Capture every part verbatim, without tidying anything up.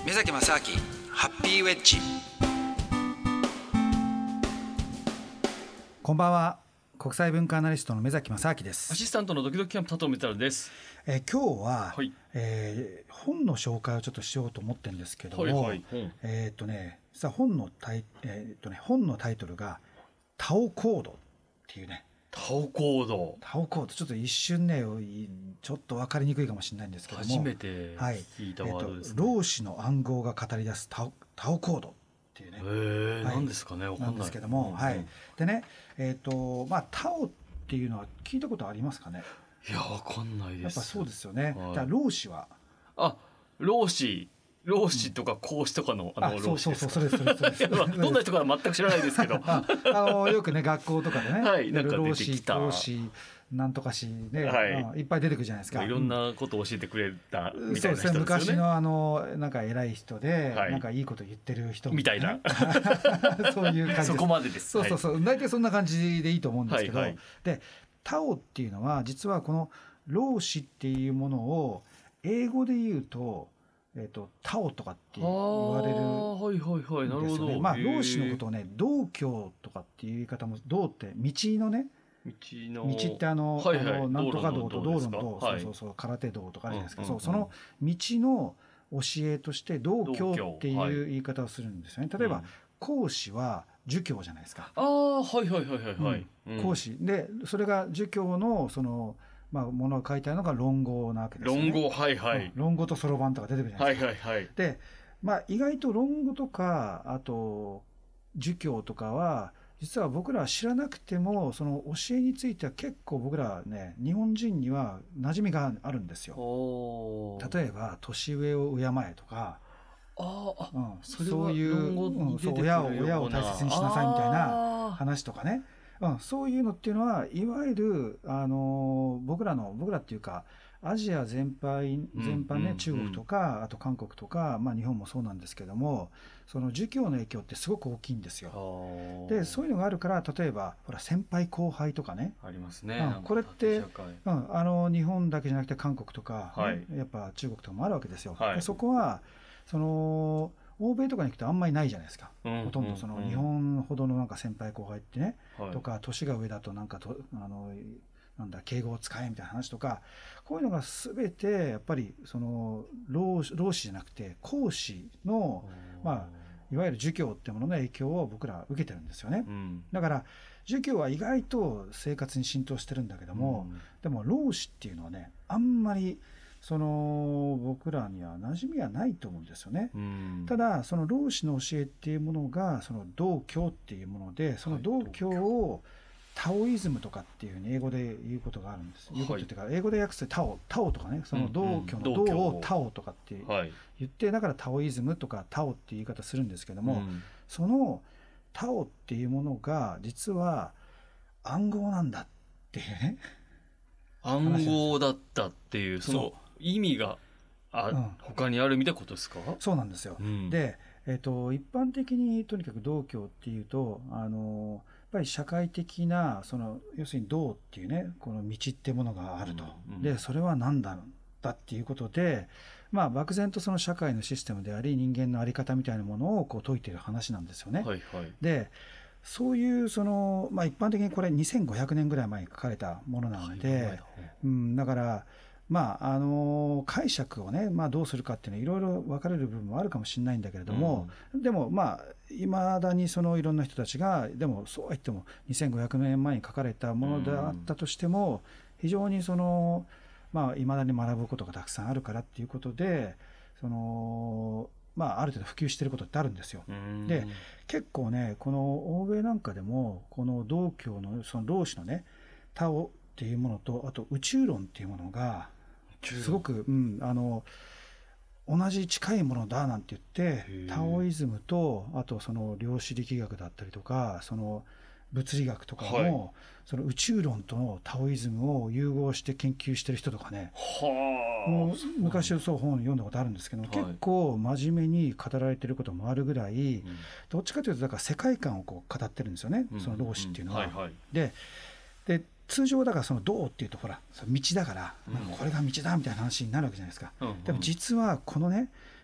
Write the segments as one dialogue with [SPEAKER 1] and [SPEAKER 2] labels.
[SPEAKER 1] 目崎正明ハッピーウェッジ。こんばんは。国際文化アナリストの目崎正明です。
[SPEAKER 2] アシスタントのドキドキキャンプ佐藤メタルです。
[SPEAKER 1] えー、今日は、
[SPEAKER 2] はい
[SPEAKER 1] えー、本の紹介をちょっとしようと思ってるんですけども、
[SPEAKER 2] はいはいうん、
[SPEAKER 1] えーっとねさあ本のタイ、えーっとね、本のタイトルがタオコードっていうね。
[SPEAKER 2] タオコード
[SPEAKER 1] タオコードちょっと一瞬ねちょっと分かりにくいかもしれないんですけども、
[SPEAKER 2] 初めて聞いたワードですね。
[SPEAKER 1] はいえー、老子の暗号が語り出すタオ、タオコードっていうね、
[SPEAKER 2] えー
[SPEAKER 1] はい、
[SPEAKER 2] 何ですかね、わかんない
[SPEAKER 1] なんですけども、うんうん、はい、でねえーっとまあタオっていうのは聞いたことありますかね。
[SPEAKER 2] いやわかんないです。
[SPEAKER 1] やっぱそうですよね、
[SPEAKER 2] はい、
[SPEAKER 1] だ老子は
[SPEAKER 2] あ老子老子とか孔子とかの、うん、あの老子ですか。
[SPEAKER 1] そうそうそうそれそれそれ
[SPEAKER 2] どんな人かは全く知らないですけど
[SPEAKER 1] ああのよくね学校とかでね、
[SPEAKER 2] はい、なんか出てきた
[SPEAKER 1] 老子なんとかしね、
[SPEAKER 2] はい、
[SPEAKER 1] いっぱい出てくるじゃないですか。
[SPEAKER 2] いろんなことを教えてくれたみたいな人ですよね。
[SPEAKER 1] そうですね、昔のあのなんか偉い人で、
[SPEAKER 2] はい、
[SPEAKER 1] なんかいいこと言ってる人
[SPEAKER 2] みたいな
[SPEAKER 1] そういう感じです。
[SPEAKER 2] そこまでです。
[SPEAKER 1] そうそうそう、大体そんな感じでいいと思うんですけど、
[SPEAKER 2] はいはい、
[SPEAKER 1] でタオっていうのは実はこの老子っていうものを英語で言うとえー、とタオとかって言われるんですよね。まあ老子のことをね道教とかっていう言い方も、道って道のね、
[SPEAKER 2] 道の
[SPEAKER 1] 道ってあの、
[SPEAKER 2] はいはい、
[SPEAKER 1] あのなんとか道と道路の道、
[SPEAKER 2] はい、
[SPEAKER 1] そうそうそう空手道とかあるじゃないですか、
[SPEAKER 2] うんうんうん、
[SPEAKER 1] そうその道の教えとして道教っていう言い方をするんですよね。例えば、うん、孔子は儒教じゃないですか。
[SPEAKER 2] ああはいはいはいはいはい、
[SPEAKER 1] うん、孔子でそれが儒教のそのまあ、ものが書いてあるのが論語なわけですよね。
[SPEAKER 2] 論語、はいはい、
[SPEAKER 1] 論語とそろばんとか出てくるじゃないですか。
[SPEAKER 2] はいはいはい、
[SPEAKER 1] で、まあ、意外と論語とかあと儒教とかは実は僕らは知らなくてもその教えについては結構僕らね日本人には馴染みがあるんですよ。例えば年上を敬えとか、
[SPEAKER 2] ああ、うん、
[SPEAKER 1] そ, そういう、うん、そう親を親を大切にしなさいみたいな話とかね。うん、そういうのっていうのはいわゆる、あの僕らの僕らっていうかアジア全般全般ね、うんうん、中国とかあと韓国とか、まあ、日本もそうなんですけどもその儒教の影響ってすごく大きいんですよ。でそういうのがあるから例えばほら先輩後輩とかね
[SPEAKER 2] ありますね、
[SPEAKER 1] うん、これって、うん、あの日本だけじゃなくて韓国とか、ねはい、やっぱ中国とかもあるわけですよ。はい、でそこはその欧米とかに行くとあんまりないじゃないですか、うん、ほとんどその日本ほどのなんか先輩後輩ってね、うん、とか年が上だとなんかとあのなんだ敬語を使えみたいな話とかこういうのが全てやっぱりその 老, 老子じゃなくて孔子の、まあ、いわゆる儒教ってものの影響を僕ら受けてるんですよね、うん、だから儒教は意外と生活に浸透してるんだけども、うん、でも老子っていうのはねあんまりその僕らには馴染みはないと思うんですよね、うん、ただその老子の教えっていうものがその道教っていうものでその道教をタオイズムとかっていうふうに英語で言うことがあるんです、はい、言うことっていうか英語で訳すとタオタオとかねその道教の道をタオとかって言って、はい、だからタオイズムとかタオっていう言い方するんですけども、うん、そのタオっていうものが実は暗号なんだっていうね
[SPEAKER 2] 暗号だったっていうその意味があ、うん、他にあるみたいなことですか。
[SPEAKER 1] そうなんですよ、うん、で、えーと、一般的にとにかく道教っていうとあのやっぱり社会的なその要するに道っていうねこの道ってものがあると、うんうん、でそれは何だだっていうことで、まあ、漠然とその社会のシステムであり人間の在り方みたいなものをこう説いている話なんですよね、
[SPEAKER 2] はいはい、
[SPEAKER 1] でそういうその、まあ、一般的にこれにせんごひゃくねんぐらい前に書かれたものなので、はいはいはいうん、だからまああの解釈をね、まあ、どうするかっていうのはいろいろ分かれる部分もあるかもしれないんだけれども、うん、でもまあいまだにそのいろんな人たちがでもそうは言ってもにせんごひゃくねんまえに書かれたものであったとしても非常にそのまあいまだに学ぶことがたくさんあるからっていうことでそのまあある程度普及していることってあるんですよ。で結構ねこの欧米なんかでもこの道教のその老子のねタオっていうものとあと宇宙論っていうものがすごく、うん、あの同じ近いものだなんて言ってタオイズムとあとその量子力学だったりとかその物理学とかも、はい、その宇宙論とのタオイズムを融合して研究してる人とかねはもう昔そう本を読んだことあるんですけど、はい、結構真面目に語られてることもあるぐらい、うん、どっちかというとだから世界観をこう語ってるんですよね、うん、その老子っていうのは、うんうんはいはい、で, で通常だからその道っていうとほら道だから、うん、これが道だみたいな話になるわけじゃないですか、うんうん、でも実はこのね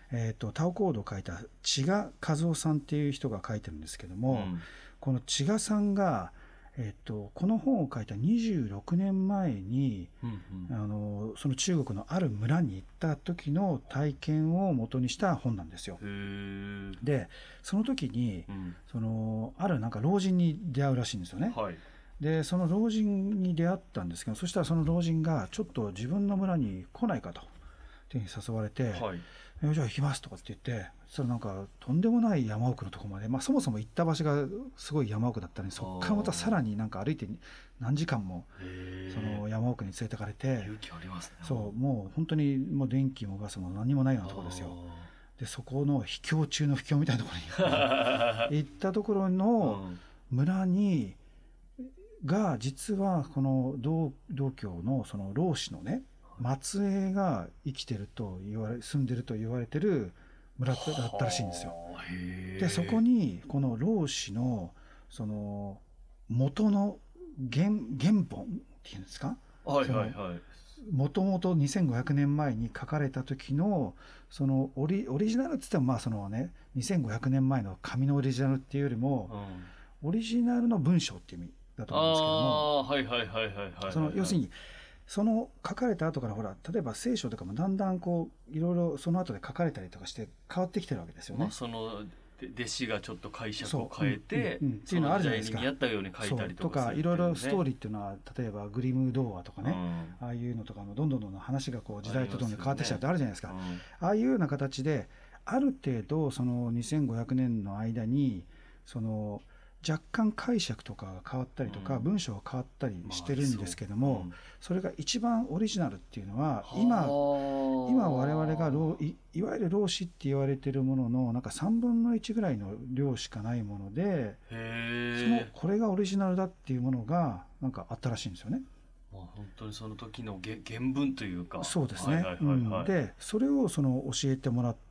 [SPEAKER 1] えー、とタオコードを書いた千賀和夫さんっていう人が書いてるんですけども、うん、この千賀さんが、えー、とこの本を書いたにじゅうろくねんまえに、うんうん、あのその中国のある村に行った時の体験を元にした本なんですよ。でその時に、うん、そのあるなんか老人に出会うらしいんですよね。はい、でその老人に出会ったんですけど、そしたらその老人がちょっと自分の村に来ないかとって誘われて、はい、じゃあ行きますとかって言って、それなんかとんでもない山奥のところまで、まあ、そもそも行った場所がすごい山奥だったのに、そこからまたさらになんか歩いて何時間もその山奥に連れてかれて、
[SPEAKER 2] 勇気ありますね。
[SPEAKER 1] そうもう本当にもう電気もガスも何もないようなところですよ。でそこの秘境中の秘境みたいなところに行ったところの村にが、実はこの道道教のその老子のね末裔が生きてると言われ住んでると言われてる村だったらしいんですよ。でそこにこの老子のその元の 原, 原本っていうんですか、
[SPEAKER 2] はいはいはい、
[SPEAKER 1] もともとにせんごひゃくねんまえに書かれた時のそのオ リ, オリジナルって言っても、まあそのねにせんごひゃくねんまえの紙のオリジナルっていうよりも、うん、オリジナルの文章っていう意味だと思うんですけども、
[SPEAKER 2] あ、はいはいはいはいはい、
[SPEAKER 1] その要するにその書かれた後からほら例えば聖書とかもだんだんこういろいろその後で書かれたりとかして変わってきてるわけですよね。まあ、
[SPEAKER 2] その弟子がちょっと解釈を変えて、
[SPEAKER 1] うんうんうん、っていうのはあるじゃないですか。
[SPEAKER 2] その時代に見合ったように書いたりとかする、ね、
[SPEAKER 1] とかいろいろストーリーっていうのは例えばグリム童話とかね、うん、ああいうのとかもどんどんどんどん話がこう時代とともに変わってきちゃうってあるじゃないですか。あ, す、ね、うん、ああいうような形である程度そのにせんごひゃくねんの間にその若干解釈とかが変わったりとか、うん、文章が変わったりしてるんですけども、まあ そ, うん、それが一番オリジナルっていうのは今今我々が い, いわゆる老子って言われてるもののなんかさんぶんのいちぐらいの量しかないもので、へそのこれがオリジナルだっていうものがなんかあったらしいんですよね。
[SPEAKER 2] まあ、本当にその時の原文というか、
[SPEAKER 1] そうですね、でそれをその教えてもらって、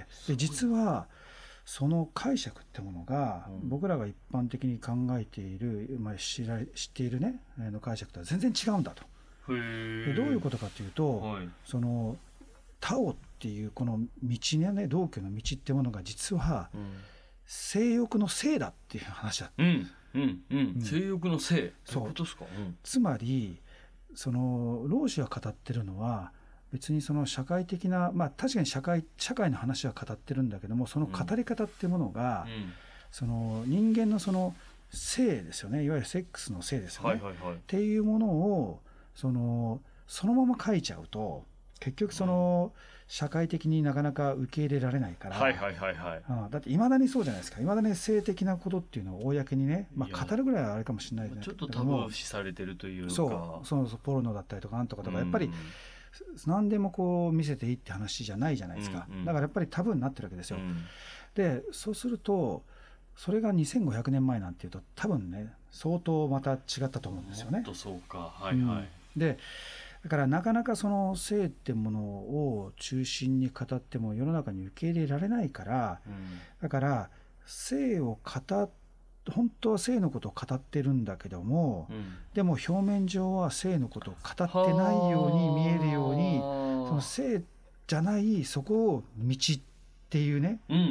[SPEAKER 1] で実はその解釈ってものが、うん、僕らが一般的に考えている、まあ、知, ら知っているねの解釈とは全然違うんだと。でどういうことかというと、はい、そのタオっていうこの道ね、道教の道ってものが実は、うん、性欲の性だっていう話だ、
[SPEAKER 2] うんうんうんうん、性欲の性ってことですか、うん、
[SPEAKER 1] つまりその老子が語ってるのは別にその社会的な、まあ確かに社会、社会の話は語ってるんだけども、その語り方っていうものが、うん、その人間のその性ですよね、いわゆるセックスの性ですよね、はいはいはい、っていうものをそのそのまま書いちゃうと結局その、うん、社会的になかなか受け入れられないから、はいはいはいはい、ああだっていまだにそうじゃないですか。いまだに性的なことっていうのを公にね、まあ、語るぐらいはあれかもしれないけども、
[SPEAKER 2] ちょっとタブー視されてるというか、
[SPEAKER 1] そうそうそう、ポルノだったりとかなんとかとか、やっぱり、うん何でもこう見せていいって話じゃないじゃないですか、うんうん、だからやっぱりタブーになってるわけですよ、うん、でそうするとそれがにせんごひゃくねんまえなんていうと多分ね相当また違ったと思うんですよね。
[SPEAKER 2] もっとそうか、はいはい、うん、
[SPEAKER 1] でだからなかなかその性ってものを中心に語っても世の中に受け入れられないから、うん、だから性を語って本当は性のことを語ってるんだけども、うん、でも表面上は性のことを語ってないように見えるように、その性じゃないそこを道っていうね、うんうんうん、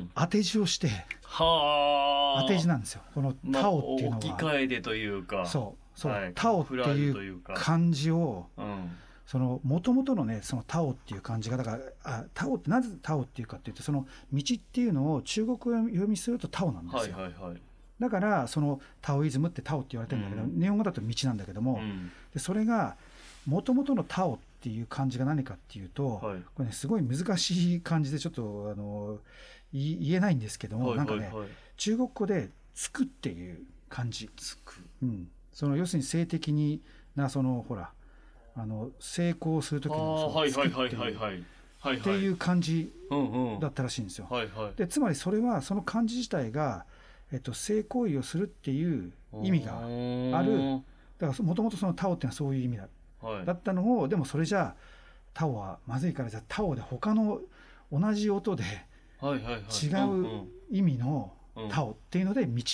[SPEAKER 1] 当て字をしては当て字なんですよ、このタオっていうのは、
[SPEAKER 2] まあ、置き換えでというか、
[SPEAKER 1] そうそう、はい、タオっていう漢字を、うん、その元々のねそのタオっていう漢字がだからあタオってなぜタオっていうかっていうと、その道っていうのを中国語読みするとタオなんですよ、はいはいはい、だからそのタオイズムってタオって言われてるんだけど、うん、日本語だと道なんだけども、うん、でそれが元々のタオっていう漢字が何かっていうと、はい、これねすごい難しい漢字でちょっとあの言えないんですけども、はいはいはい、なんかね中国語でつくっていう漢字、つく、うん、その要するに性的になそのほらあの成功する時のそうつくっていう漢字だったらしいんですよ、はいはい、でつまりそれはその漢字自体が、えっと、性行為をするっていう意味がある。だからもともとそのタオっていうのはそういう意味だ、はい、だったのを、でもそれじゃあタオはまずいから、じゃあタオで他の同じ音で違う意味のタオっていうので道を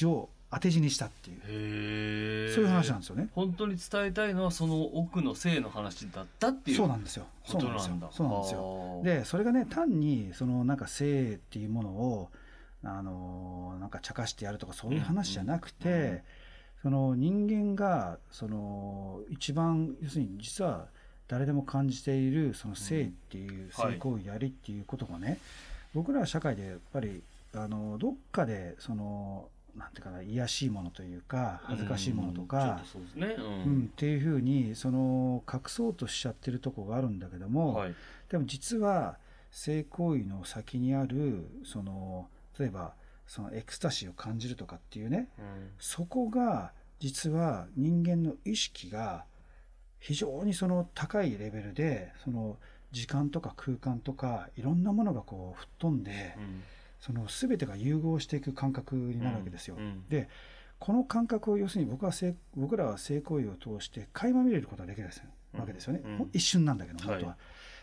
[SPEAKER 1] 当て字にしたっていう、
[SPEAKER 2] へ
[SPEAKER 1] そういう話なんですよね。
[SPEAKER 2] 本当に伝えたいのはその奥の性の話だったっていう
[SPEAKER 1] そうなんですよ。
[SPEAKER 2] ことなんだ。
[SPEAKER 1] そうなんですよ。でそれがね単にそのなんか性っていうものをあのなんか茶化してやるとかそういう話じゃなくて、うんうん、その人間がその一番要するに実は誰でも感じているその性っていう性行為やりっていうことがね、はい、僕らは社会でやっぱりあのどっかでそのなんていうかな、卑しいものというか恥ずかしいものとか、
[SPEAKER 2] そうですね、うん
[SPEAKER 1] うん、っていうふうにその隠そうとしちゃってるとこがあるんだけども、はい、でも実は性行為の先にあるその例えばそのエクスタシーを感じるとかっていうね、うん、そこが実は人間の意識が非常にその高いレベルでその時間とか空間とかいろんなものがこう吹っ飛んで、うんその全てが融合していく感覚になるわけですよ、うんうん、でこの感覚を要するに僕は性僕らは性行為を通して垣間見れることができるわけですよね、うんうん、一瞬なんだけど本当は、はい、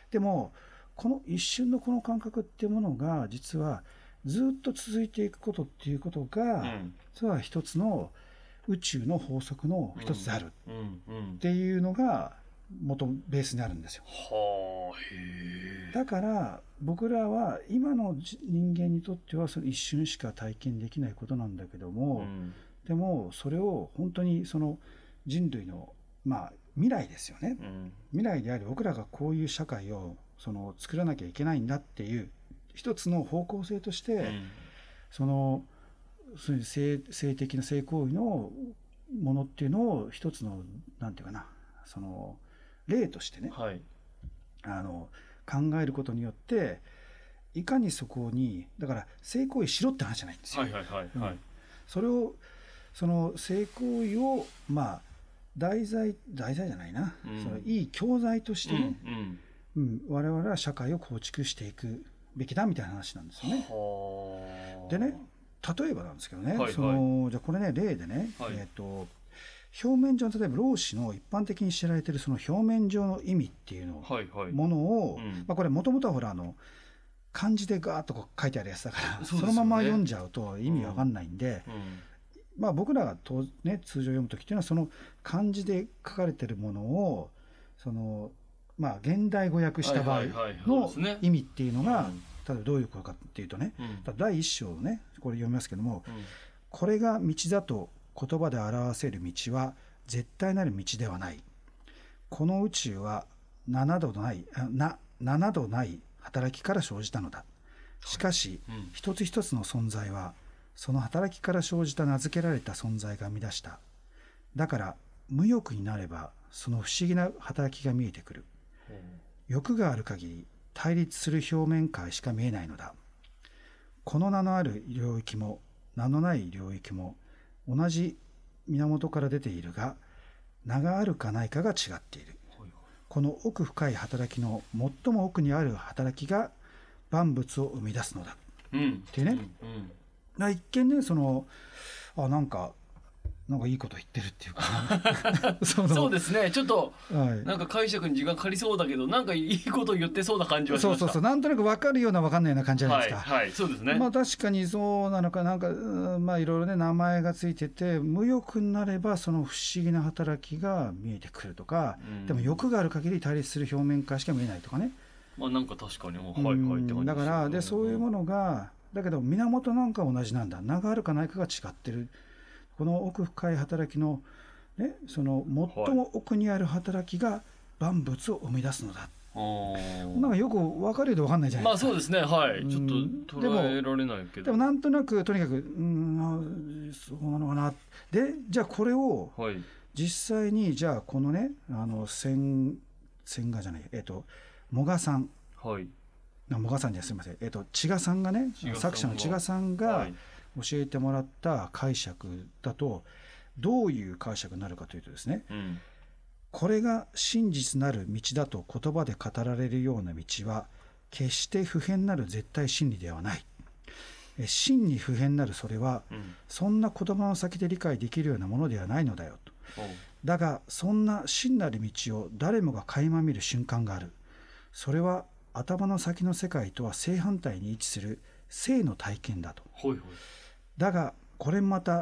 [SPEAKER 1] でもこの一瞬のこの感覚っていうものが実はずっと続いていくことっていうことが、うん、それは一つの宇宙の法則の一つであるっていうのが元ベースにあるんですよ。
[SPEAKER 2] はあ、へえ。
[SPEAKER 1] だから僕らは今の人間にとってはその一瞬しか体験できないことなんだけども、うん、でもそれを本当にその人類のまあ未来ですよね、うん、未来である僕らがこういう社会をその作らなきゃいけないんだっていう一つの方向性として、うん、そのそういう 性, 性的な性行為のものっていうのを一つのなんていうかなその例としてね、はい、あの考えることによっていかにそこにだから性行為しろって話じゃないんですよ、
[SPEAKER 2] はいはいはいはい、うん、
[SPEAKER 1] それをその性行為をまあ題材題材じゃないな、うん、そのいい教材としてね、うんうんうん、我々は社会を構築していくべきだみたいな話なんですよね。でね例えばなんですけどね、はいはい、そのじゃあこれね例でね、はい、えっと表面上の例えば老子の一般的に知られているその表面上の意味っていうの、はいはい、ものを、うんまあ、これもともとはほらあの漢字でガーッとこう書いてあるやつだから そ,、ね、そのまま読んじゃうと意味わかんないんで、うんうんまあ、僕らがと、ね、通常読むときっていうのはその漢字で書かれているものをその、まあ、現代語訳した場合の意味っていうのが例えばどういうことかっていうとね、うん、だい一章ねこれ読みますけども、うん、これが道だと言葉で表せる道は絶対なる道ではない。この宇宙は七度ないな七度ない働きから生じたのだ。しかし、はいうん、一つ一つの存在はその働きから生じた名付けられた存在が生み出した。だから無欲になればその不思議な働きが見えてくる。うん、欲がある限り対立する表面界しか見えないのだ。この名のある領域も名のない領域も同じ源から出ているが名があるかないかが違っている。この奥深い働きの最も奥にある働きが万物を生み出すのだ、うん、っていうね、うんうん、一見ねそのあなんかなんかいいこと言ってるっていうか
[SPEAKER 2] そ, そうですねちょっと、はい、なんか解釈に時間かかりそうだけどなんかいいこと言ってそうな感じはしました。
[SPEAKER 1] そうそうそうなんとなく分かるような分かんないような感じじゃないですか。
[SPEAKER 2] はい、はい、そうですね。
[SPEAKER 1] まあ確かにそうなのかなんかまあいろいろね名前がついてて無欲になればその不思議な働きが見えてくるとか、うん、でも欲がある限り対立する表面化しか見えないとかね。
[SPEAKER 2] まあなんか確かにはいはいって感じです。
[SPEAKER 1] だからでそういうものがだけど源なんか同じなんだ。名があるかないかが違ってる。この奥深い働きの、ね、その最も奥にある働きが万物を生み出すのだ、はい、なんかよく分かるようで分かんないじゃないですか。
[SPEAKER 2] まあそうですねはい、うん、ちょっと捉えられないけど
[SPEAKER 1] でもなんとなくとにかくうんそうなのかな。でじゃあこれを実際にじゃあこのねあの千千賀じゃないえっ、ー、と茂賀さんはい茂賀さんじゃすみませんえっ、ー、と千賀さんがね作者の千賀さんが、はい教えてもらった解釈だとどういう解釈になるかというとですね、うん、これが真実なる道だと言葉で語られるような道は決して不変なる絶対真理ではない。真に不変なるそれは、うん、そんな言葉の先で理解できるようなものではないのだよと。だがそんな真なる道を誰もが垣間見る瞬間がある。それは頭の先の世界とは正反対に位置する生の体験だと。ほいほいだがこれまた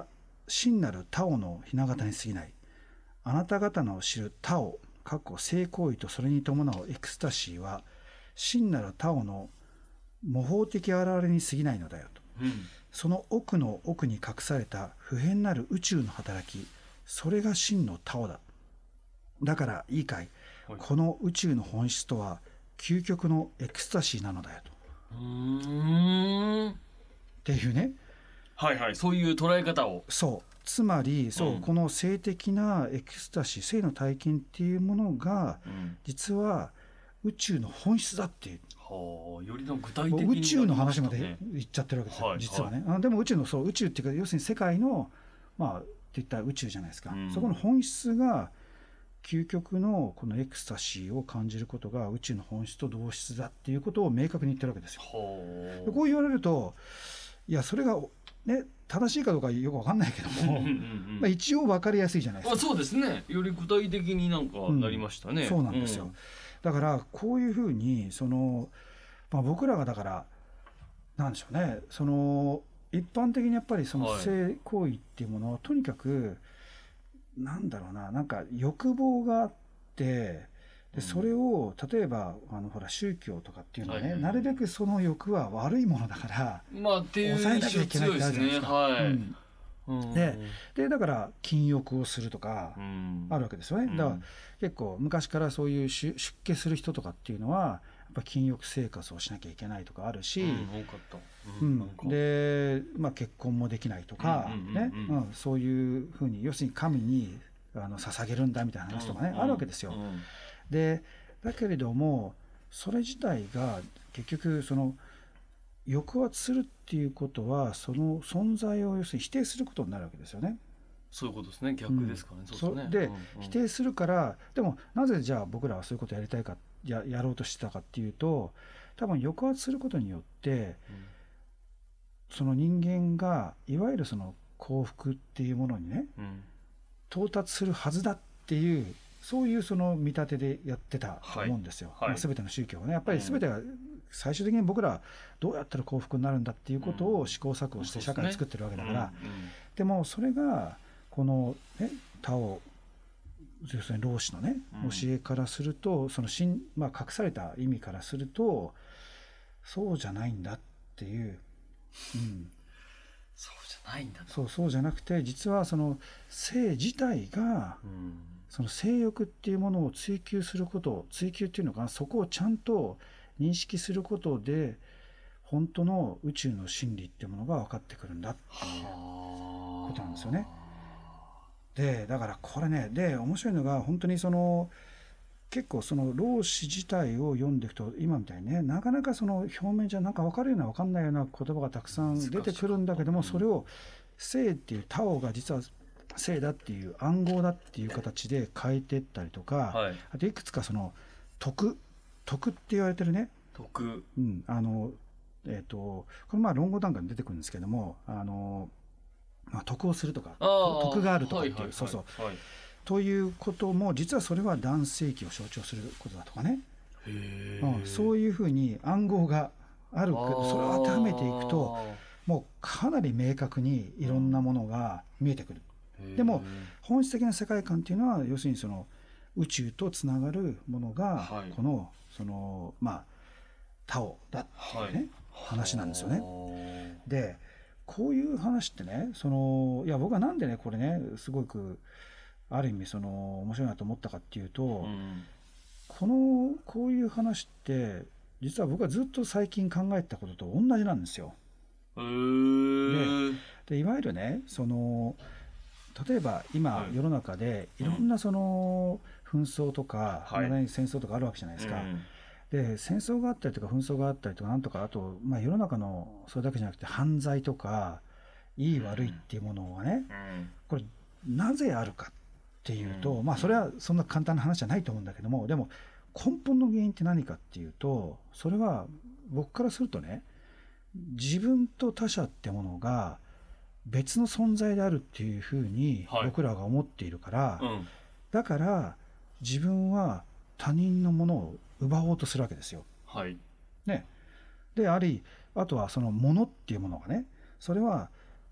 [SPEAKER 1] 真なる他をの雛形に過ぎない。あなた方の知る他を過去性行為とそれに伴うエクスタシーは真なる他をの模倣的現れに過ぎないのだよと、うん、その奥の奥に隠された不変なる宇宙の働き、それが真の他をだ。だからいいかい、はい、この宇宙の本質とは究極のエクスタシーなのだよと。うーんっていうね、
[SPEAKER 2] はいはい、そういう捉え方を。
[SPEAKER 1] そうつまりそう、うん、この性的なエクスタシー、性の体験っていうものが、うん、実は宇宙の本質だっていう、
[SPEAKER 2] はあ、よりの具体的に、ね、
[SPEAKER 1] 宇宙の話まで言っちゃってるわけですよ、はい、実はね、はい、あでも宇宙のそう宇宙っていうか要するに世界のまあっていった宇宙じゃないですか、うん、そこの本質が究極のこのエクスタシーを感じることが宇宙の本質と同質だっていうことを明確に言ってるわけですよ。はあ、こう言われるといやそれがね、正しいかどうかよく分かんないけども、うんうんうん、まあ、一応分かりやすいじゃないですか。
[SPEAKER 2] あ、そうですね、より具体的になんかなりましたね、
[SPEAKER 1] うん、そうなんですよ、うん、だからこういうふうにその、まあ、僕らがだからなんでしょうね、その一般的にやっぱりその性行為っていうものは、はい、とにかくなんだろうな、なんか欲望があってでそれを例えばあのほら宗教とかっていうのはね、はいはい、なるべくその欲は悪いものだから、
[SPEAKER 2] まあ、っていう抑えなきゃいけないってあるじゃないですか。はい、
[SPEAKER 1] うん、で, でだから禁欲をするとかあるわけですよね、うん、だから結構昔からそういう出家する人とかっていうのはやっぱ禁欲生活をしなきゃいけないとかあるし、うん、多かった、うんうん、で、まあ、結婚もできないとか、ね、うん、そういうふうに要するに神にあの捧げるんだみたいな話とかね、うん、あるわけですよ、うん、でだけれどもそれ自体が結局その抑圧するっていうことはその存在を要するに否定することになるわけですよね。
[SPEAKER 2] そういうことですね、逆ですかね、うん、そうですね。
[SPEAKER 1] で、うんうん、否定するからでもなぜじゃあ僕らはそういうことをやりたいか や, やろうとしてたかっていうと多分抑圧することによって、うん、その人間がいわゆるその幸福っていうものにね、うん、到達するはずだっていうそういうその見立てでやってたと思うんですよ、はいはい、全ての宗教はねやっぱり全てが最終的に僕らどうやったら幸福になるんだっていうことを試行錯誤して社会を作ってるわけだから、うんうんうん、でもそれがこの、ね、タオ要するに老子のね教えからするとその新、まあ、隠された意味からするとそうじゃないんだっていう、うん、
[SPEAKER 2] そうじゃないんだ、
[SPEAKER 1] そうそうじゃなくて実はその性自体が、うん、その性欲っていうものを追求すること追求っていうのかなそこをちゃんと認識することで本当の宇宙の真理っていうものが分かってくるんだっていうことなんですよね。でだからこれねで面白いのが本当にその結構その老子自体を読んでいくと今みたいにねなかなかその表面じゃなんか分かるような分かんないような言葉がたくさん出てくるんだけどもそれを性っていうタオが実は性だっていう暗号だっていう形で変えていったりとか、はい、あといくつかその徳徳って言われてるね
[SPEAKER 2] 徳、
[SPEAKER 1] うん、あのえっ、ー、とこれまあ論語段階に出てくるんですけどもあのまあ、得をするとか得があるとかっていう、はいはいはい、そうそう、はい、ということも実はそれは男性器を象徴することだとかね、へ、うん、そういうふうに暗号があるけどそれを当てはめていくともうかなり明確にいろんなものが見えてくる、うん、でも本質的な世界観っていうのは要するにその宇宙とつながるものが、はい、このそのまあタオだっていうね、はい、話なんですよね。でこういう話ってねそのいや僕はなんでねこれねすごくある意味その面白いなと思ったかっていうと、うん、このこういう話って実は僕はずっと最近考えたことと同じなんですよ。へー。で、でいわゆるねその例えば今世の中でいろんなその紛争とか、はい、戦争とかあるわけじゃないですか、うん、で戦争があったりとか紛争があったりとかなんとかあと、まあ、世の中のそれだけじゃなくて犯罪とかいい悪いっていうものがね、うん、これなぜあるかっていうと、うん、まあそれはそんな簡単な話じゃないと思うんだけどもでも根本の原因って何かっていうとそれは僕からするとね自分と他者ってものが別の存在であるっていうふうに僕らが思っているから、はい、うん、だから自分は他人のものを奪おうとするわけですよ。はい。ね。でありあとはそのものっていうものがねそれは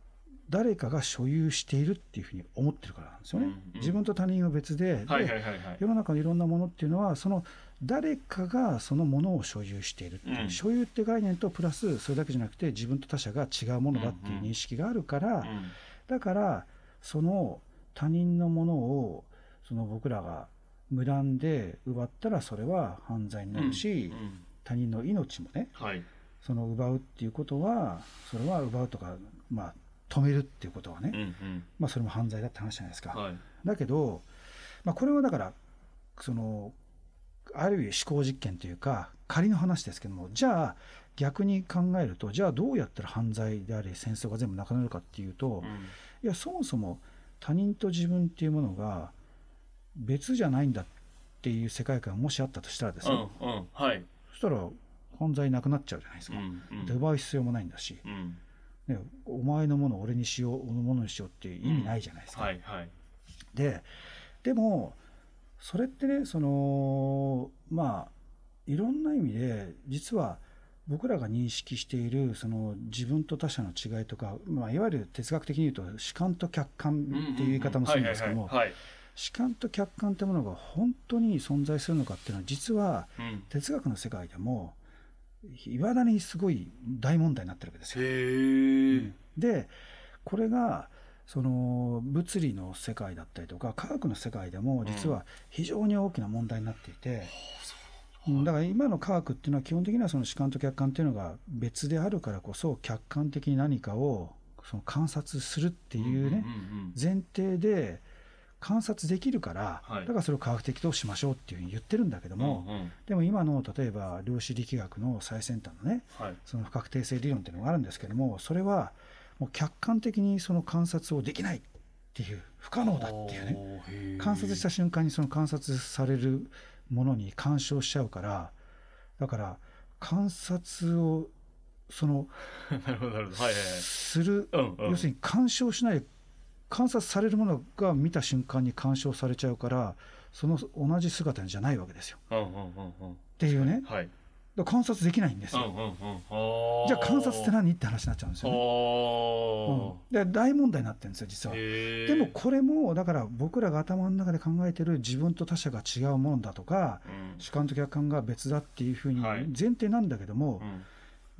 [SPEAKER 1] 誰かが所有しているっていうふうに思ってるからなんですよね、うんうん、自分と他人は別で、
[SPEAKER 2] はいはいはいはい、
[SPEAKER 1] 世の中のいろんなものっていうのはその誰かがそのものを所有しているっていう、うん、所有って概念とプラスそれだけじゃなくて自分と他者が違うものだっていう認識があるから、うんうん、だからその他人のものをその僕らが無断で奪ったらそれは犯罪になるし、うんうん、他人の命もね、はい、その奪うっていうことはそれは奪うとか、まあ、止めるっていうことはね、うんうん、まあ、それも犯罪だって話じゃないですか、はい、だけど、まあ、これはだからそのある意味思考実験というか仮の話ですけども、じゃあ逆に考えるとじゃあどうやったら犯罪であり戦争が全部なくなるかっていうと、うん、いやそもそも他人と自分っていうものが別じゃないんだっていう世界観がもしあったとしたらですね、うんうん、はい、そしたら犯罪なくなっちゃうじゃないですか、うんうん、で奪う必要もないんだし、うんね、お前のものを俺にしよう俺のものにしようっていう意味ないじゃないですか、うん、はいはい、ででもそれってねそのまあいろんな意味で実は僕らが認識しているその自分と他者の違いとか、まあ、いわゆる哲学的に言うと主観と客観っていう言い方もするんですけども、主観と客観というものが本当に存在するのかっていうのは実は哲学の世界でもいまだにすごい大問題になってるわけですよ。へー、うん、でこれがその物理の世界だったりとか科学の世界でも実は非常に大きな問題になっていて、うん、だから今の科学っていうのは基本的にはその主観と客観っていうのが別であるからこそ客観的に何かをその観察するっていうね前提で観察できるから、はい、だからそれを科学的としましょうっていうふうに言ってるんだけども、うんうん、でも今の例えば量子力学の最先端のね、はい、その不確定性理論っていうのがあるんですけども、それはもう客観的にその観察をできないっていう不可能だっていうね、観察した瞬間にその観察されるものに干渉しちゃうから、だから観察をそのなるほどなるほど、はいはいはい、する、うんうん、要するに干渉しない観察されるものが見た瞬間に干渉されちゃうからその同じ姿じゃないわけですよ、うんうんうんうん、っていうね、はい、だから観察できないんですよ、うんうんうん、じゃあ観察って何って話になっちゃうんですよね、うん、で大問題になってるんですよ実は。でもこれもだから僕らが頭の中で考えてる自分と他者が違うものだとか、うん、主観と客観が別だっていうふうに前提なんだけども、はい、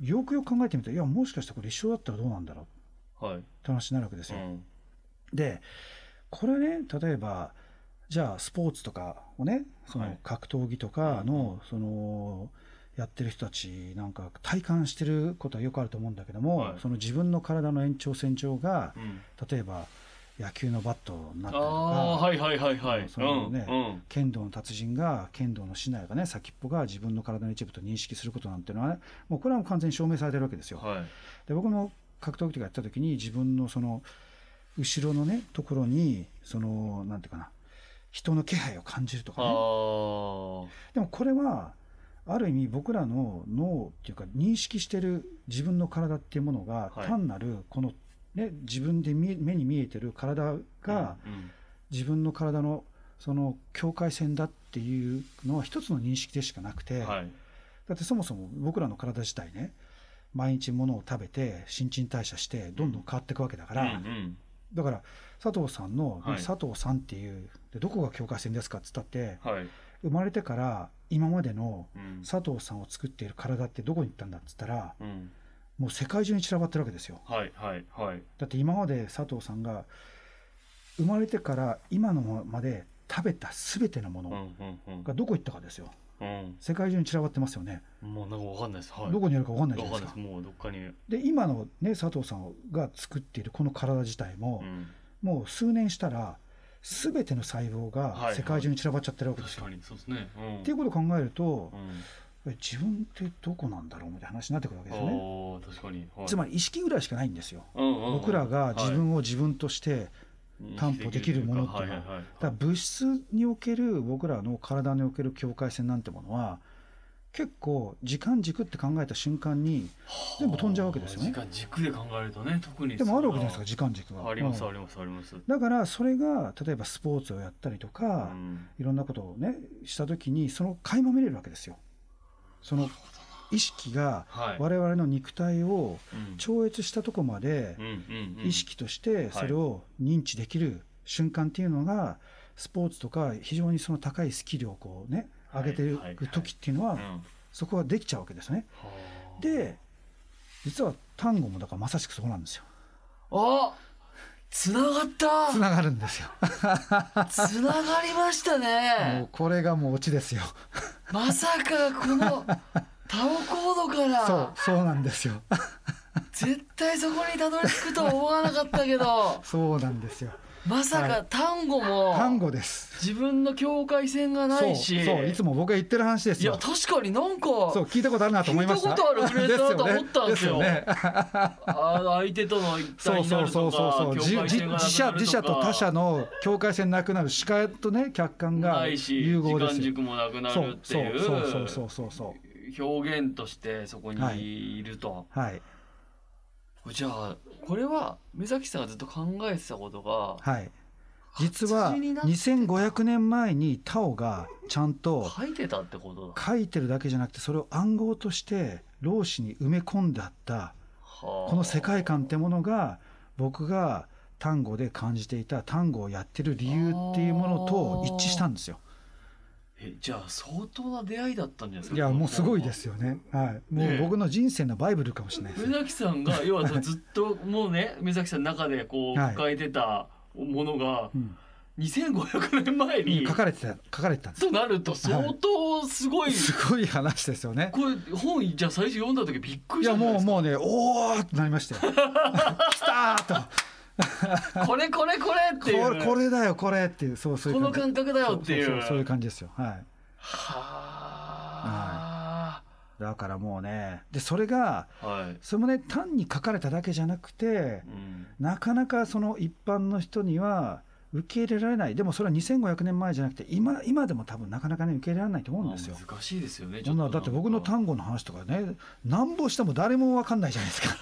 [SPEAKER 1] よくよく考えてみるといやもしかしてこれ一緒だったらどうなんだろう、はい、って話になるわけですよ、うん、でこれね例えばじゃあスポーツとかをねその格闘技とかの、はい、そのやってる人たちなんか体感してることはよくあると思うんだけども、はい、その自分の体の延長線上が、うん、例えば野球のバットになったりとか、はいはいはいはい、そのね、うんうん、剣道の達人が剣道の竹刀がね先っぽが自分の体の一部と認識することなんていうのは、ね、もうこれはもう完全に証明されてるわけですよ、はい、で僕も格闘技とかやった時に自分のその後ろのねところにそのなんていうかな人の気配を感じるとかね。でもこれはある意味僕らの脳っていうか認識してる自分の体っていうものが単なるこのね自分で目に見えてる体が自分の体のその境界線だっていうのは一つの認識でしかなくて、だってそもそも僕らの体自体ね毎日物を食べて新陳代謝してどんどん変わっていくわけだから、だから佐藤さんの、はい、佐藤さんっていうでどこが境界線ですかって言ったって、はい、生まれてから今までの佐藤さんを作っている体ってどこに行ったんだって言ったら、うん、もう世界中に散らばってるわけですよ、はいはいはい、だって今まで佐藤さんが生まれてから今のまで食べた全てのものがどこ行ったかですよ、うん、世界中に散らばってますよね。もうなんか分かんないです、はい、どこにあるか分かんないじゃないですか。もうどっかにで今の、ね、佐藤さんが作っているこの体自体も、うん、もう数年したら全ての細胞が世界中に散らばっちゃってるわけですよ、はいはい、確かにそうですね、うん、っていうことを考えると、うん、自分ってどこなんだろうみたいな話になってくるわけですよね。確かに、はい、つまり意識ぐらいしかないんですよ、うんうんうん、僕らが自分を自分として担保できるものっていうのは、だから物質における僕らの体における境界線なんてものは結構時間軸って考えた瞬間に全部飛んじゃうわけですよね。時間軸で考えるとね、特にでもあるわけじゃないですか、時間軸が。あります、うん、ありますあります。だからそれが例えばスポーツをやったりとか、うん、いろんなことをねした時にその垣間見れるわけですよ。その意識が我々の肉体を超越したところまで意識としてそれを認知できる瞬間っていうのがスポーツとか非常にその高いスキルをこうね上げていく時っていうのはそこができちゃうわけですね。で実は単語もだからまさしくそうなんですよ。
[SPEAKER 2] あ、つながった
[SPEAKER 1] つながるんですよ
[SPEAKER 2] つながりましたね。
[SPEAKER 1] もうこれがもうオチですよ
[SPEAKER 2] まさかこのタオコードから
[SPEAKER 1] そうそうなんですよ
[SPEAKER 2] 絶対そこにたどり着くとは思わなかったけど
[SPEAKER 1] そうなんですよ。
[SPEAKER 2] まさか単語も
[SPEAKER 1] 単語です
[SPEAKER 2] 自分の境界線がないし、
[SPEAKER 1] そうそういつも僕が言ってる話ですよ。
[SPEAKER 2] いや確かになんか
[SPEAKER 1] そう聞いたことあるなと思いました。
[SPEAKER 2] 聞いたことあるフレーズだと思ったんですよ。
[SPEAKER 1] ですよね
[SPEAKER 2] あの相手との一体になるとか境界線がなくなるとか
[SPEAKER 1] 自社自社と他社の境界線なくなる視界とね客観が融合ですよ。
[SPEAKER 2] 時間軸もなくなるっていう
[SPEAKER 1] そうそうそうそうそう
[SPEAKER 2] 表現としてそこにいると、
[SPEAKER 1] はい、
[SPEAKER 2] はい、じゃあこれは目崎さんがずっと考えてたことが、
[SPEAKER 1] はい、実はにせんごひゃくねんまえにタオがちゃんと
[SPEAKER 2] 書いてたってことだ。
[SPEAKER 1] 書いてるだけじゃなくてそれを暗号として老子に埋め込んであったこの世界観ってものが僕が単語で感じていた単語をやってる理由っていうものと一致したんですよ。
[SPEAKER 2] えじゃあ相当な出会いだったんじゃないですか。
[SPEAKER 1] いやもうすごいですよね、はい、もう僕の人生のバイブルかもしれないです、ね、
[SPEAKER 2] 目崎さんが要はずっともうね目崎さんの中でこう抱えてたものが、はいうん、にせんごひゃくねんまえに
[SPEAKER 1] 書かれてた書かれてたんです。
[SPEAKER 2] となると相当すごい、はい、
[SPEAKER 1] すごい話ですよね。
[SPEAKER 2] これ本じゃあ最初読んだ時びっくりしたんじゃないですか。
[SPEAKER 1] いやもうもうねおーってなりましたよ来たーと
[SPEAKER 2] これこれこれっていう
[SPEAKER 1] これ、これだよこれっていうそうそういう
[SPEAKER 2] この感覚だよっていう
[SPEAKER 1] そうそうそうそういう感じですよ。はい。
[SPEAKER 2] はあ、
[SPEAKER 1] はい、だからもうねでそれが、はい、それもね単に書かれただけじゃなくて、うん、なかなかその一般の人には受け入れられない。でもそれはにせんごひゃくねんまえじゃなくて 今, 今でも多分なかなかね受け入れられないと思うんですよ。
[SPEAKER 2] 難しいですよね。
[SPEAKER 1] ちょっとだって僕の単語の話とかねなんぼしても誰も分かんないじゃないですか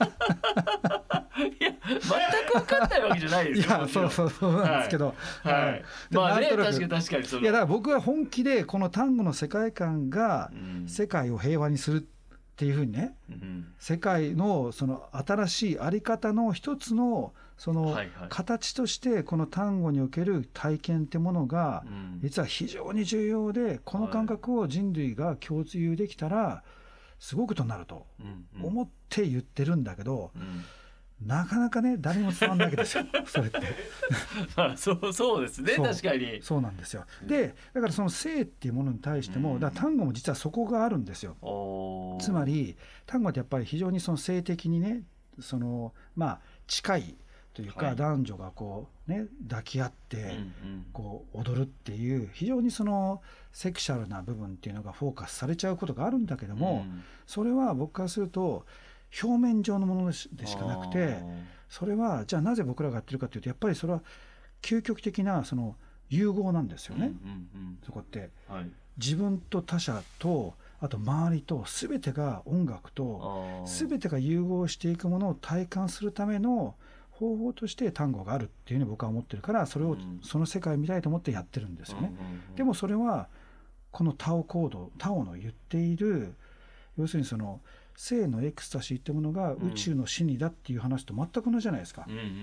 [SPEAKER 2] いや全く分かんないわけじゃないですよ。
[SPEAKER 1] いやそうそうそうなんですけど、
[SPEAKER 2] はいはいはい、まあね確かに確かにその
[SPEAKER 1] いやだから僕は本気でこの単語の世界観が世界を平和にするっていうふうにね、うん、世界のその新しいあり方の一つのその形としてこの単語における体験ってものが実は非常に重要でこの感覚を人類が共有できたらすごくとなると思って言ってるんだけど、なかなかね誰にも伝わんないわけですよそれって
[SPEAKER 2] まあそうそうですね。確かに
[SPEAKER 1] そうなんですよ。でだからその性っていうものに対してもだから単語も実はそこがあるんですよ。つまり単語ってやっぱり非常にその性的にねそのまあ近いというか、はい、男女がこうね抱き合ってこう踊るっていう非常にそのセクシャルな部分っていうのがフォーカスされちゃうことがあるんだけども、うん、それは僕からすると表面上のものでしかなくてそれはじゃあなぜ僕らがやってるかというとやっぱりそれは究極的なその融合なんですよね、うんうんうん、そこって、はい、自分と他者とあと周りと全てが音楽と全てが融合していくものを体感するための方法として単語があるっていうふうに僕は思ってるからそれをその世界を見たいと思ってやってるんですよね、うんうんうん、でもそれはこのタオコードタオの言っている要するにその性のエクスタシーってものが宇宙の真理だっていう話と全く同じじゃないですか、うんうんうんうん、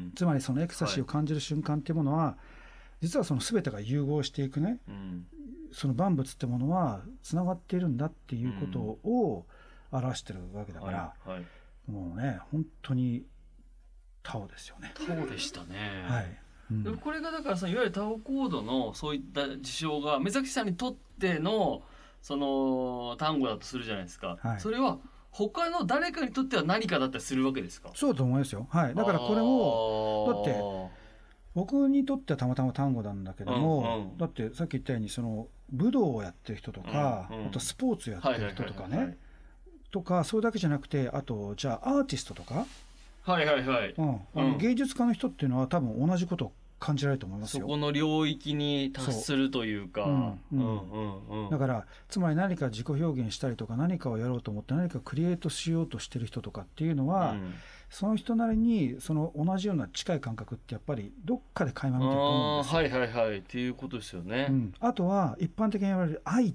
[SPEAKER 1] つまりそのエクスタシーを感じる瞬間っていうものは、はい、実はその全てが融合していくね、うん、その万物ってものはつながっているんだっていうことを表してるわけだから、はいはい、もうね本当にタオですよね。
[SPEAKER 2] タオでしたね、
[SPEAKER 1] はいうん、
[SPEAKER 2] でもこれがだからそのいわゆるタオコードのそういった事象が目崎さんにとってのその単語だとするじゃないですか、はい、それは他の誰かにとっては何かだったりするわけですか。
[SPEAKER 1] そうだと思いますよ、はい、だからこれもだって僕にとってはたまたま単語なんだけども、うんうん、だってさっき言ったようにその武道をやってる人とか、うんうん、あとスポーツやってる人とかねとかそれだけじゃなくてあとじゃあアーティストとか
[SPEAKER 2] はいはいはい、
[SPEAKER 1] うん、あの芸術家の人っていうのは多分同じことを感じられると思いますよ。
[SPEAKER 2] そこの領域に達するというか、うんうん
[SPEAKER 1] うんうん、だからつまり何か自己表現したりとか何かをやろうと思って何かクリエイトしようとしてる人とかっていうのは、うん、その人なりにその同じような近い感覚ってやっぱりどっかで垣間見てると思うんですよ。
[SPEAKER 2] はいはいはいっていうことですよね、
[SPEAKER 1] うん、あとは一般的に言われる愛っ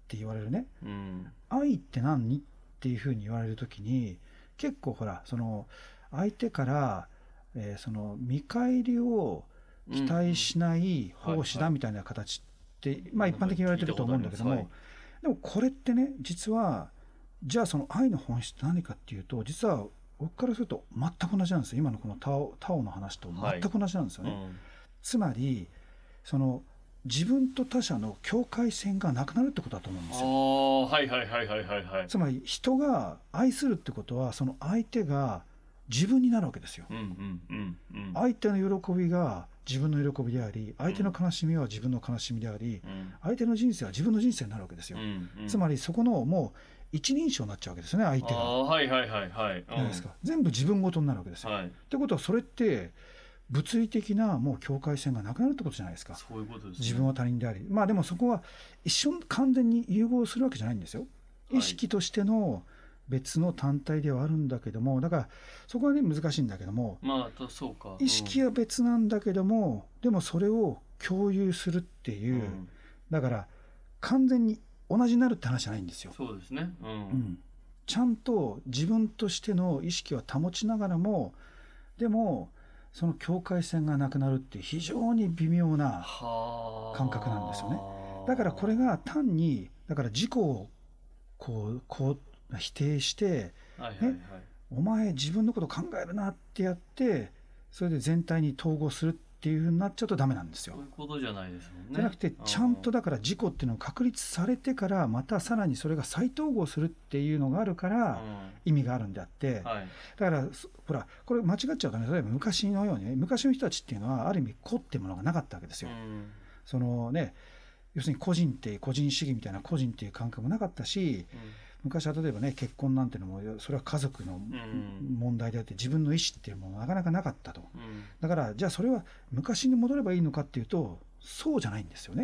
[SPEAKER 1] って言われるね、
[SPEAKER 2] うん、
[SPEAKER 1] 愛って何っていうふうに言われるときに結構ほらその相手から、えー、その見返りを期待しない奉仕だみたいな形って、まあ一般的に言われてると思うんだけども、はい、でもこれってね実はじゃあその愛の本質って何かっていうと実は僕からすると全く同じなんですよ。今のこのタオ、タオの話と全く同じなんですよね、はい、うん、つまりその自分と他者の境界線がなくなるってことだと思うんですよ。
[SPEAKER 2] あ、はいはいはいはいはいはい。
[SPEAKER 1] つまり人が愛するってことはその相手が自分になるわけですよ、
[SPEAKER 2] うんうんうんうん、
[SPEAKER 1] 相手の喜びが自分の喜びであり相手の悲しみは自分の悲しみであり、うん、相手の人生は自分の人生になるわけですよ、うんうん、つまりそこのもう一人称になっちゃうわけですよね相手が。
[SPEAKER 2] あ、はいはいはいはい、
[SPEAKER 1] うん、ですか全部自分ごとになるわけですよ、はい、ってことはそれって物理的なもう境界線がなくなるってことじゃないですか。
[SPEAKER 2] そういうことですね。
[SPEAKER 1] 自分は他人であり、まあでもそこは一瞬完全に融合するわけじゃないんですよ、はい、意識としての別の単体ではあるんだけども、だからそこはね難しいんだけども、
[SPEAKER 2] まあそうか、
[SPEAKER 1] うん、意識は別なんだけどもでもそれを共有するっていう、うん、だから完全に同じになるって話じゃないんですよ。
[SPEAKER 2] そうですね、うんうん、
[SPEAKER 1] ちゃんと自分としての意識は保ちながらもでもその境界線がなくなるっていう非常に微妙な感覚なんですよね。だからこれが単にだから自己をこうこう否定して、
[SPEAKER 2] はいはいはい、ね、
[SPEAKER 1] お前自分のこと考えるなってやってそれで全体に統合するっていう風になっちゃうとダメなんですよ。
[SPEAKER 2] そういうことじゃないですもんね。
[SPEAKER 1] じゃなくてちゃんとだから自己っていうのが確立されてからまたさらにそれが再統合するっていうのがあるから意味があるんであって、
[SPEAKER 2] はい、
[SPEAKER 1] だからほらこれ間違っちゃうとね、例えば昔のようにね昔の人たちっていうのはある意味個っていうものがなかったわけですよ。うん、そのね要するに個人って個人主義みたいな個人っていう感覚もなかったし、うん、昔は例えばね結婚なんていうのもそれは家族の問題であって自分の意思っていうものがなかなかなかったと、うん、だからじゃあそれは昔に戻ればいいのかっていうとそうじゃないんですよね、うん、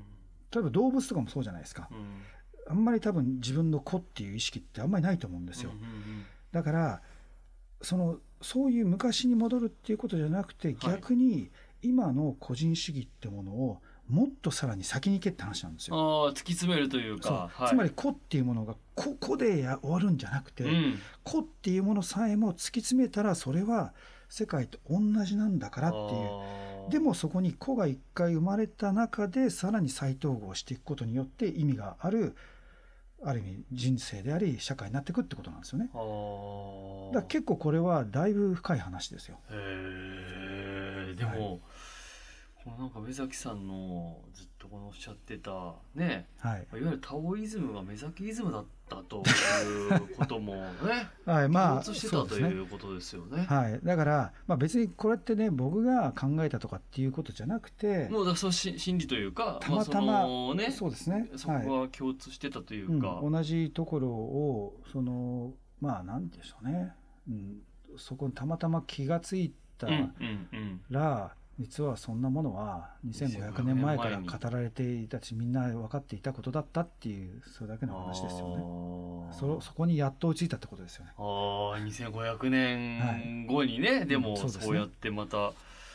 [SPEAKER 1] 例えば動物とかもそうじゃないですか、うん、あんまり多分自分の子っていう意識ってあんまりないと思うんですよ、うんうんうん、だからそのそういう昔に戻るっていうことじゃなくて逆に今の個人主義ってものをもっとさらに先に行けって話なんですよ。
[SPEAKER 2] あ、突き詰めるというか、
[SPEAKER 1] はい、つまり個っていうものがここでや終わるんじゃなくて、うん、個っていうものさえも突き詰めたらそれは世界と同じなんだからっていう。でもそこに個が一回生まれた中でさらに再統合していくことによって意味があるある意味人生であり社会になっていくってことなんですよね。あ、だから結構これはだいぶ深い話ですよ。
[SPEAKER 2] へえ、でも、はい、なんか目崎さんのずっとこのおっしゃってたね、はい、いわゆるタオイズムが目崎イズムだったということもね、はい、まあ共通してたということですよね。
[SPEAKER 1] はい、だから、まあ、別にこれってね僕が考えたとかっていうことじゃなくて
[SPEAKER 2] もうだそうし心理というか
[SPEAKER 1] たまたま、
[SPEAKER 2] まあね、
[SPEAKER 1] そうですね、
[SPEAKER 2] そこは共通してたというか、
[SPEAKER 1] うん、同じところをそのまあなんでしょうね、うん、そこにたまたま気がついたら、うんうんうん、実はそんなものはにせんごひゃくねんまえから語られていたしみんな分かっていたことだったっていうそれだけの話ですよね。そ, そこにやっと追いついたってことですよね。
[SPEAKER 2] ああ、にせんごひゃくねんごにね、はい、でもそうやってまた、はい、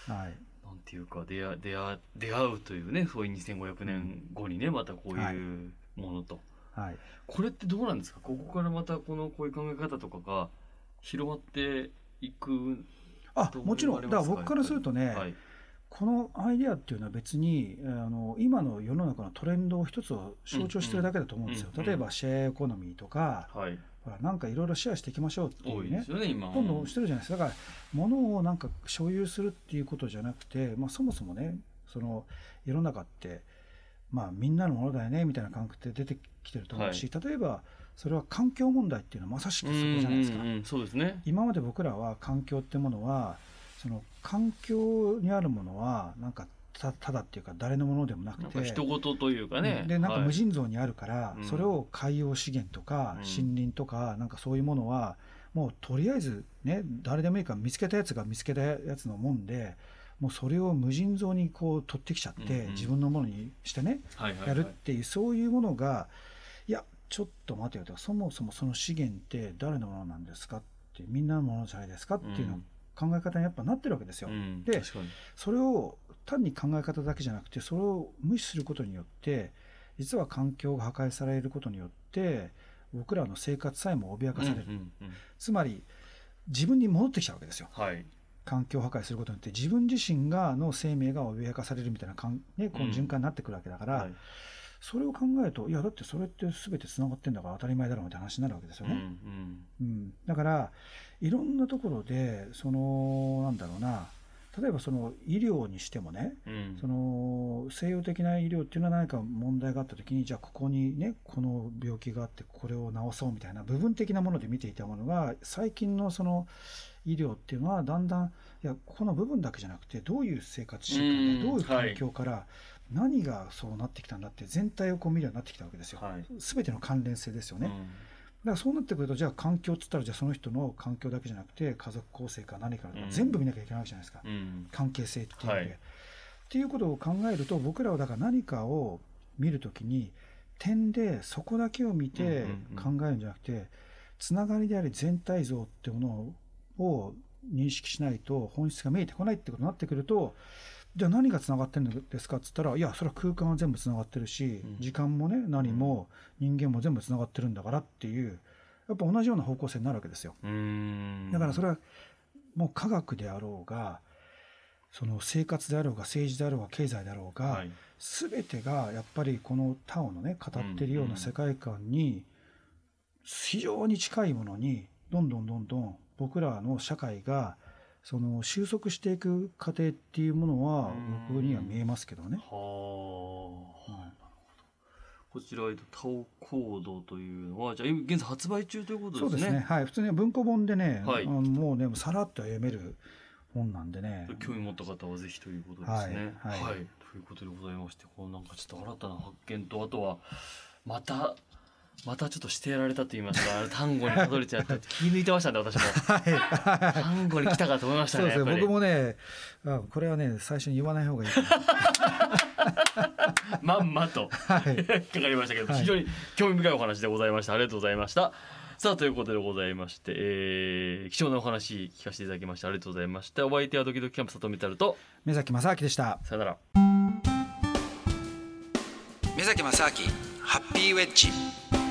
[SPEAKER 2] なんていうか出会、出会、出会うというね、そういうにせんごひゃくねんごにねまたこういうものと、はい、これってどうなんですか。ここからまたこのこういう考え方とかが広まっていく。
[SPEAKER 1] あ、もちろんだから僕からするとね、はい、このアイデアっていうのは別にあの今の世の中のトレンドを一つを象徴してるだけだと思うんですよ、うんうん、例えばシェアエコノミーとか、はい、ほらなんかいろいろシェアしていきましょうっていうね、
[SPEAKER 2] 多いですよね今。
[SPEAKER 1] どんどんしてるじゃないですか。だから物をなんか所有するっていうことじゃなくて、まあ、そもそもねその世の中ってまあみんなのものだよねみたいな感覚で出てきてると思うし、はい、例えばそれは環境問題っていうのはまさしくそこじゃないですか、
[SPEAKER 2] うんうんうん、そうですね。
[SPEAKER 1] 今まで僕らは環境ってものはその環境にあるものはなんか た, ただっていうか誰のものでもなくて
[SPEAKER 2] なんか人事というかね、
[SPEAKER 1] でなんか無尽蔵にあるから、はい、それを海洋資源とか森林とかなんかそういうものはもうとりあえずね誰でもいいから見つけたやつが見つけたやつのもんでもうそれを無尽蔵にこう取ってきちゃって、うんうん、自分のものにしてね、はいはいはい、やるっていうそういうものがいやちょっと待てよと、そもそもその資源って誰のものなんですかってみんなのものじゃないですかっていうのを考え方にやっぱなってるわけですよ、うん、でそれを単に考え方だけじゃなくてそれを無視することによって実は環境が破壊されることによって僕らの生活さえも脅かされる、うんうんうん、つまり自分に戻ってきちゃうわけですよ、はい、環境を破壊することによって自分自身がの生命が脅かされるみたいなかん、ね、この循環になってくるわけだから、うんはい、それを考えるといやだってそれって全てつながってんだから当たり前だろうみたいな話になるわけですよね、うんうんうん、だからいろんなところでそのなんだろうな例えばその医療にしてもね、うん、その西洋的な医療っていうのは何か問題があった時にじゃあここにねこの病気があってこれを治そうみたいな部分的なもので見ていたものが最近のその医療っていうのはだんだんいやこの部分だけじゃなくてどういう生活習慣でどういう環境から何がそうなってきたんだって全体をこう見るようになってきたわけですよ、はい、全ての関連性ですよね、うんだからそうなってくるとじゃあ環境って言ったらじゃあその人の環境だけじゃなくて家族構成か何か、うん、全部見なきゃいけないわけじゃないですか、うん、関係性っていうので、はい、っていうことを考えると僕らはだから何かを見るときに点でそこだけを見て考えるんじゃなくてつながりであり全体像っていうものを認識しないと本質が見えてこないってことになってくるとじゃあ何がつながってるんですかって言ったらいやそれは空間は全部つながってるし、うん、時間もね何も人間も全部つながってるんだからっていうやっぱ同じような方向性になるわけですよ。うーんだからそれはもう科学であろうがその生活であろうが政治であろうが経済であろうが、はい、全てがやっぱりこのタオのね語ってるような世界観に非常に近いものにどんどんどんどん僕らの社会がその収束していく過程っていうものは僕には見えますけどね。は
[SPEAKER 2] あ、はい、こちらタオコードというのはじゃあ現在発売中ということですね。
[SPEAKER 1] そうですね、はい、普通に文庫本でね、はい、あのもうねさらっと読める本なんでね
[SPEAKER 2] 興味持った方はぜひということですね。はい、はいはい、ということでございましてこのなんかちょっと新たな発見とあとはまたまたちょっとしてやられたと言いますか単語にたどり着いて気抜いてましたね私も、はい、単語に来たかと思いましたね。
[SPEAKER 1] そうですね僕もねこれはね最初に言わない方がいい
[SPEAKER 2] まんまと、はい、かかりましたけど、はい、非常に興味深いお話でございましたありがとうございました。さあということでございまして、えー、貴重なお話聞かせていただきましてありがとうございました。お相手はドキドキキャンプ里見太郎と
[SPEAKER 1] 目崎正明でした。
[SPEAKER 2] さよなら。
[SPEAKER 1] 目崎正明ハッピーウェッジ。